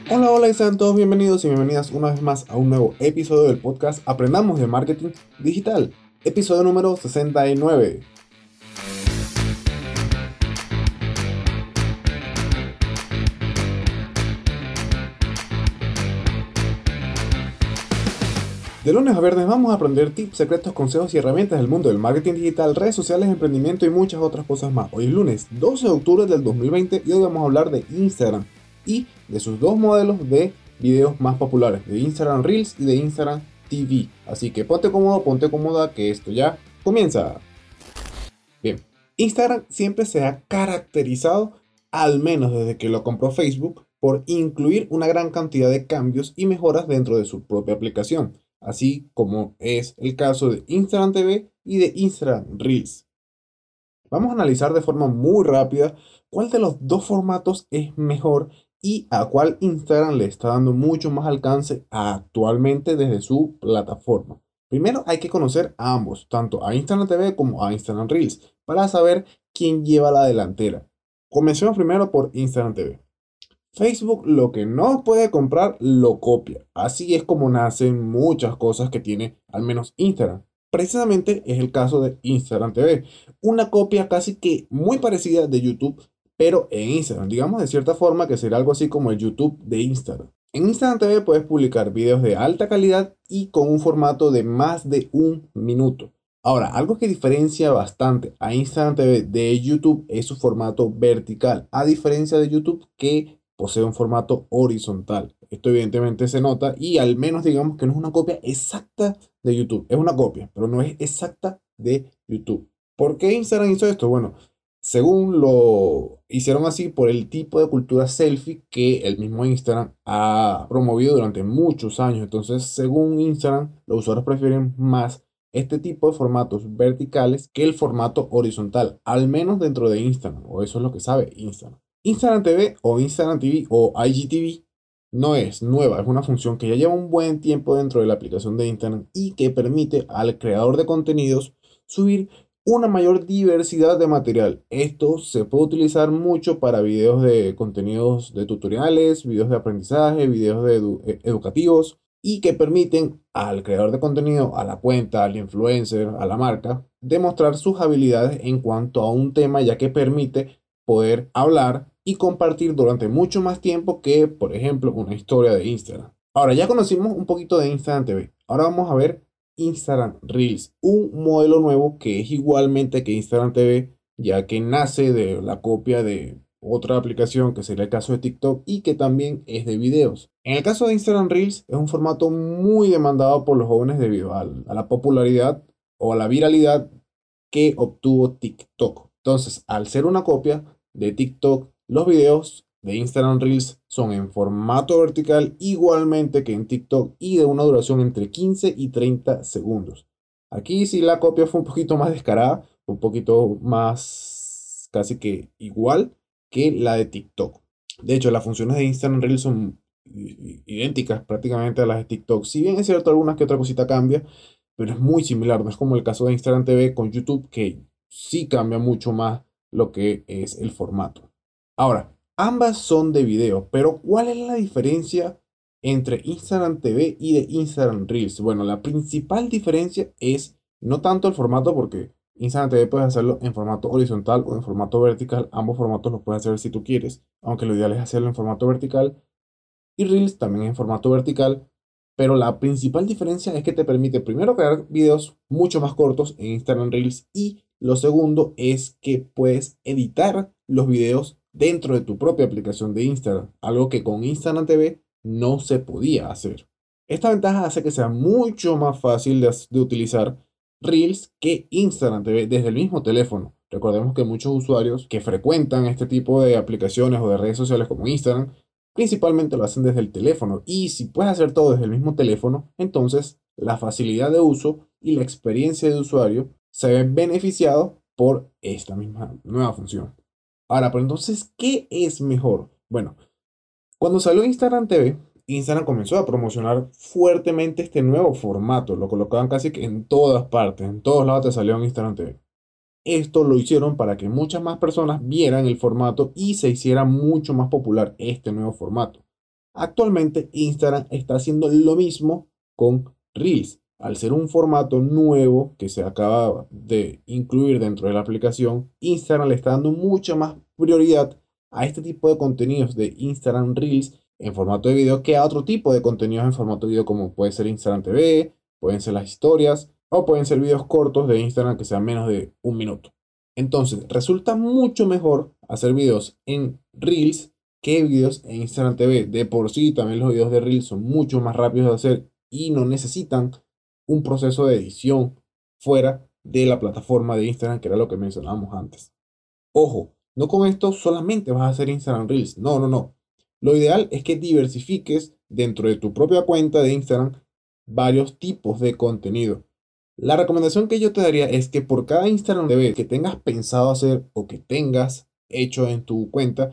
Hola, hola y sean todos bienvenidos y bienvenidas una vez más a un nuevo episodio del podcast Aprendamos de Marketing Digital, episodio número 69. De lunes a viernes vamos a aprender tips, secretos, consejos y herramientas del mundo del marketing digital, redes sociales, emprendimiento y muchas otras cosas más. Hoy es lunes 12 de octubre del 2020 y hoy vamos a hablar de Instagram y de sus dos modelos de videos más populares, de Instagram Reels y de Instagram TV. Así que ponte cómodo, ponte cómoda, que esto ya comienza. Bien, Instagram siempre se ha caracterizado, al menos desde que lo compró Facebook, por incluir una gran cantidad de cambios y mejoras dentro de su propia aplicación, así como es el caso de Instagram TV y de Instagram Reels. Vamos a analizar de forma muy rápida cuál de los dos formatos es mejor y a cuál Instagram le está dando mucho más alcance actualmente desde su plataforma. Primero hay que conocer a ambos, tanto a Instagram TV como a Instagram Reels, para saber quién lleva la delantera. Comencemos primero por Instagram TV. Facebook lo que no puede comprar lo copia. Así es como nacen muchas cosas que tiene al menos Instagram. Precisamente es el caso de Instagram TV, una copia casi que muy parecida de YouTube, pero en Instagram, digamos de cierta forma que será algo así como el YouTube de Instagram. En Instagram TV puedes publicar videos de alta calidad y con un formato de más de un minuto. Ahora, algo que diferencia bastante a Instagram TV de YouTube es su formato vertical, a diferencia de YouTube que posee un formato horizontal. Esto evidentemente se nota y al menos digamos que no es una copia exacta de YouTube. Es una copia, pero no es exacta de YouTube. ¿Por qué Instagram hizo esto? Bueno, según lo hicieron así por el tipo de cultura selfie que el mismo Instagram ha promovido durante muchos años. Entonces, según Instagram, los usuarios prefieren más este tipo de formatos verticales que el formato horizontal, al menos dentro de Instagram, o eso es lo que sabe Instagram. Instagram TV o Instagram TV o IGTV no es nueva, es una función que ya lleva un buen tiempo dentro de la aplicación de Instagram y que permite al creador de contenidos subir una mayor diversidad de material. Esto se puede utilizar mucho para videos de contenidos de tutoriales, videos de aprendizaje, videos educativos y que permiten al creador de contenido, a la cuenta, al influencer, a la marca, demostrar sus habilidades en cuanto a un tema, ya que permite poder hablar y compartir durante mucho más tiempo que, por ejemplo, una historia de Instagram. Ahora ya conocimos un poquito de Instagram TV. Ahora vamos a ver Instagram Reels, un modelo nuevo que es igualmente que Instagram TV, ya que nace de la copia de otra aplicación que sería el caso de TikTok y que también es de videos. En el caso de Instagram Reels es un formato muy demandado por los jóvenes debido a la popularidad o a la viralidad que obtuvo TikTok. Entonces, al ser una copia de TikTok, los videos de Instagram Reels son en formato vertical igualmente que en TikTok y de una duración entre 15 y 30 segundos. Aquí sí la copia fue un poquito más descarada, un poquito más casi que igual que la de TikTok. De hecho, las funciones de Instagram Reels son idénticas prácticamente a las de TikTok. Si bien es cierto, algunas que otra cosita cambia, pero es muy similar. No es como el caso de Instagram TV con YouTube, que sí cambia mucho más lo que es el formato. Ahora, ambas son de video, pero ¿cuál es la diferencia entre Instagram TV y de Instagram Reels? Bueno, la principal diferencia es no tanto el formato, porque Instagram TV puedes hacerlo en formato horizontal o en formato vertical. Ambos formatos los puedes hacer si tú quieres, aunque lo ideal es hacerlo en formato vertical. Y Reels también en formato vertical, pero la principal diferencia es que te permite primero crear videos mucho más cortos en Instagram Reels y lo segundo es que puedes editar los videos dentro de tu propia aplicación de Instagram, algo que con Instagram TV no se podía hacer. Esta ventaja hace que sea mucho más fácil de utilizar Reels que Instagram TV desde el mismo teléfono. Recordemos que muchos usuarios que frecuentan este tipo de aplicaciones o de redes sociales como Instagram principalmente lo hacen desde el teléfono y si puedes hacer todo desde el mismo teléfono, entonces la facilidad de uso y la experiencia de usuario se ven beneficiados por esta misma nueva función. Ahora, pero entonces, ¿qué es mejor? Bueno, cuando salió Instagram TV, Instagram comenzó a promocionar fuertemente este nuevo formato, lo colocaban casi que en todas partes, en todos lados te salió en Instagram TV. Esto lo hicieron para que muchas más personas vieran el formato y se hiciera mucho más popular este nuevo formato. Actualmente Instagram está haciendo lo mismo con Reels. Al ser un formato nuevo que se acaba de incluir dentro de la aplicación, Instagram le está dando mucha más prioridad a este tipo de contenidos de Instagram Reels en formato de video que a otro tipo de contenidos en formato de video como puede ser Instagram TV, pueden ser las historias o pueden ser videos cortos de Instagram que sean menos de un minuto. Entonces, resulta mucho mejor hacer videos en Reels que videos en Instagram TV. De por sí, también los videos de Reels son mucho más rápidos de hacer y no necesitan un proceso de edición fuera de la plataforma de Instagram, que era lo que mencionábamos antes. Ojo, no con esto solamente vas a hacer Instagram Reels. No, no, no. Lo ideal es que diversifiques dentro de tu propia cuenta de Instagram varios tipos de contenido. La recomendación que yo te daría es que por cada Instagram TV que tengas pensado hacer o que tengas hecho en tu cuenta,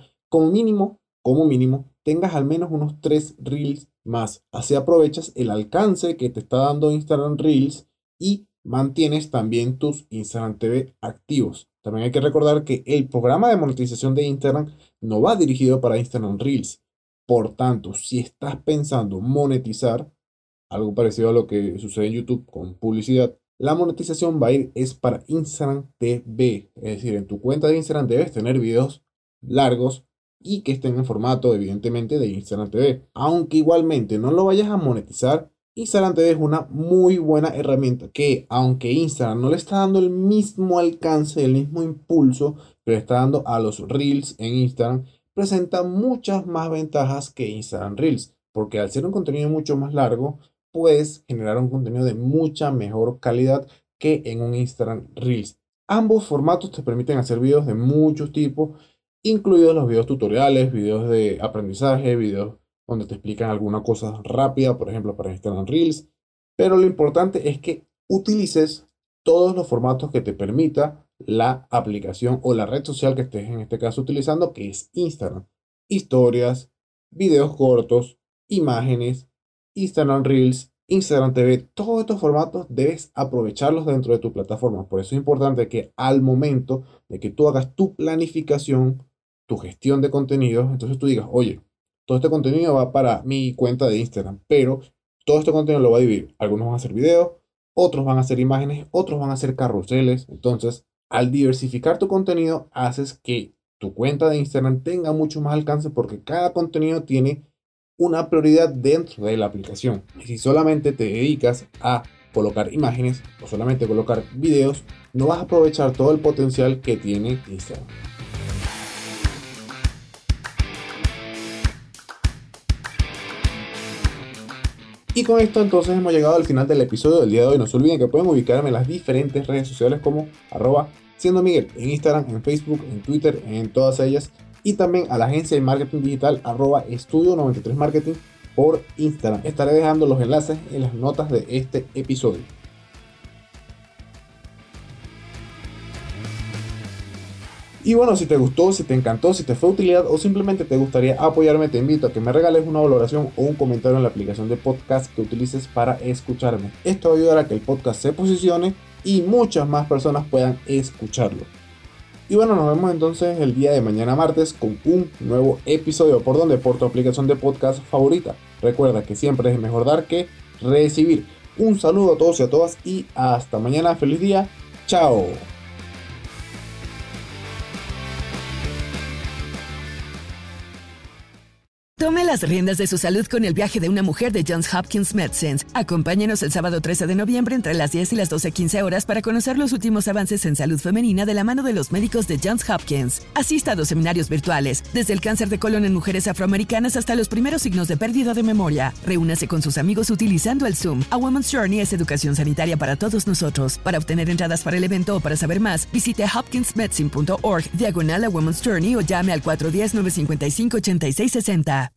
como mínimo, tengas al menos unos 3 Reels más. Así aprovechas el alcance que te está dando Instagram Reels y mantienes también tus Instagram TV activos. También hay que recordar que el programa de monetización de Instagram no va dirigido para Instagram Reels. Por tanto, si estás pensando monetizar, algo parecido a lo que sucede en YouTube con publicidad, la monetización va a ir es para Instagram TV. Es decir, en tu cuenta de Instagram debes tener videos largos y que estén en formato, evidentemente, de Instagram TV. Aunque igualmente no lo vayas a monetizar, Instagram TV es una muy buena herramienta que, aunque Instagram no le está dando el mismo alcance, el mismo impulso que le está dando a los Reels en Instagram, presenta muchas más ventajas que Instagram Reels, porque al ser un contenido mucho más largo, puedes generar un contenido de mucha mejor calidad que en un Instagram Reels. Ambos formatos te permiten hacer videos de muchos tipos, incluidos los videos tutoriales, videos de aprendizaje, videos donde te explican alguna cosa rápida, por ejemplo, para Instagram Reels. Pero lo importante es que utilices todos los formatos que te permita la aplicación o la red social que estés en este caso utilizando, que es Instagram. Historias, videos cortos, imágenes, Instagram Reels, Instagram TV, todos estos formatos debes aprovecharlos dentro de tu plataforma. Por eso es importante que al momento de que tú hagas tu planificación, tu gestión de contenidos, entonces tú digas, oye, todo este contenido va para mi cuenta de Instagram, pero todo este contenido lo va a dividir. Algunos van a hacer videos, otros van a hacer imágenes, otros van a hacer carruseles. Entonces, al diversificar tu contenido, haces que tu cuenta de Instagram tenga mucho más alcance porque cada contenido tiene una prioridad dentro de la aplicación. Y si solamente te dedicas a colocar imágenes o solamente colocar videos, no vas a aprovechar todo el potencial que tiene Instagram. Y con esto entonces hemos llegado al final del episodio del día de hoy. No se olviden que pueden ubicarme en las diferentes redes sociales como @siendo_Miguel en Instagram, en Facebook, en Twitter, en todas ellas. Y también a la agencia de marketing digital @estudio93marketing por Instagram. Estaré dejando los enlaces en las notas de este episodio. Y bueno, si te gustó, si te encantó, si te fue de utilidad o simplemente te gustaría apoyarme, te invito a que me regales una valoración o un comentario en la aplicación de podcast que utilices para escucharme. Esto va a ayudar a que el podcast se posicione y muchas más personas puedan escucharlo. Y bueno, nos vemos entonces el día de mañana martes con un nuevo episodio. ¿Por dónde? Por tu aplicación de podcast favorita. Recuerda que siempre es mejor dar que recibir. Un saludo a todos y a todas y hasta mañana. ¡Feliz día! ¡Chao! Tome las riendas de su salud con el viaje de una mujer de Johns Hopkins Medicine. Acompáñenos el sábado 13 de noviembre entre las 10 y las 12:15 horas para conocer los últimos avances en salud femenina de la mano de los médicos de Johns Hopkins. Asista a 2 seminarios virtuales, desde el cáncer de colon en mujeres afroamericanas hasta los primeros signos de pérdida de memoria. Reúnase con sus amigos utilizando el Zoom. A Women's Journey es educación sanitaria para todos nosotros. Para obtener entradas para el evento o para saber más, visite hopkinsmedicine.org/a Women's Journey o llame al 410-955-8660.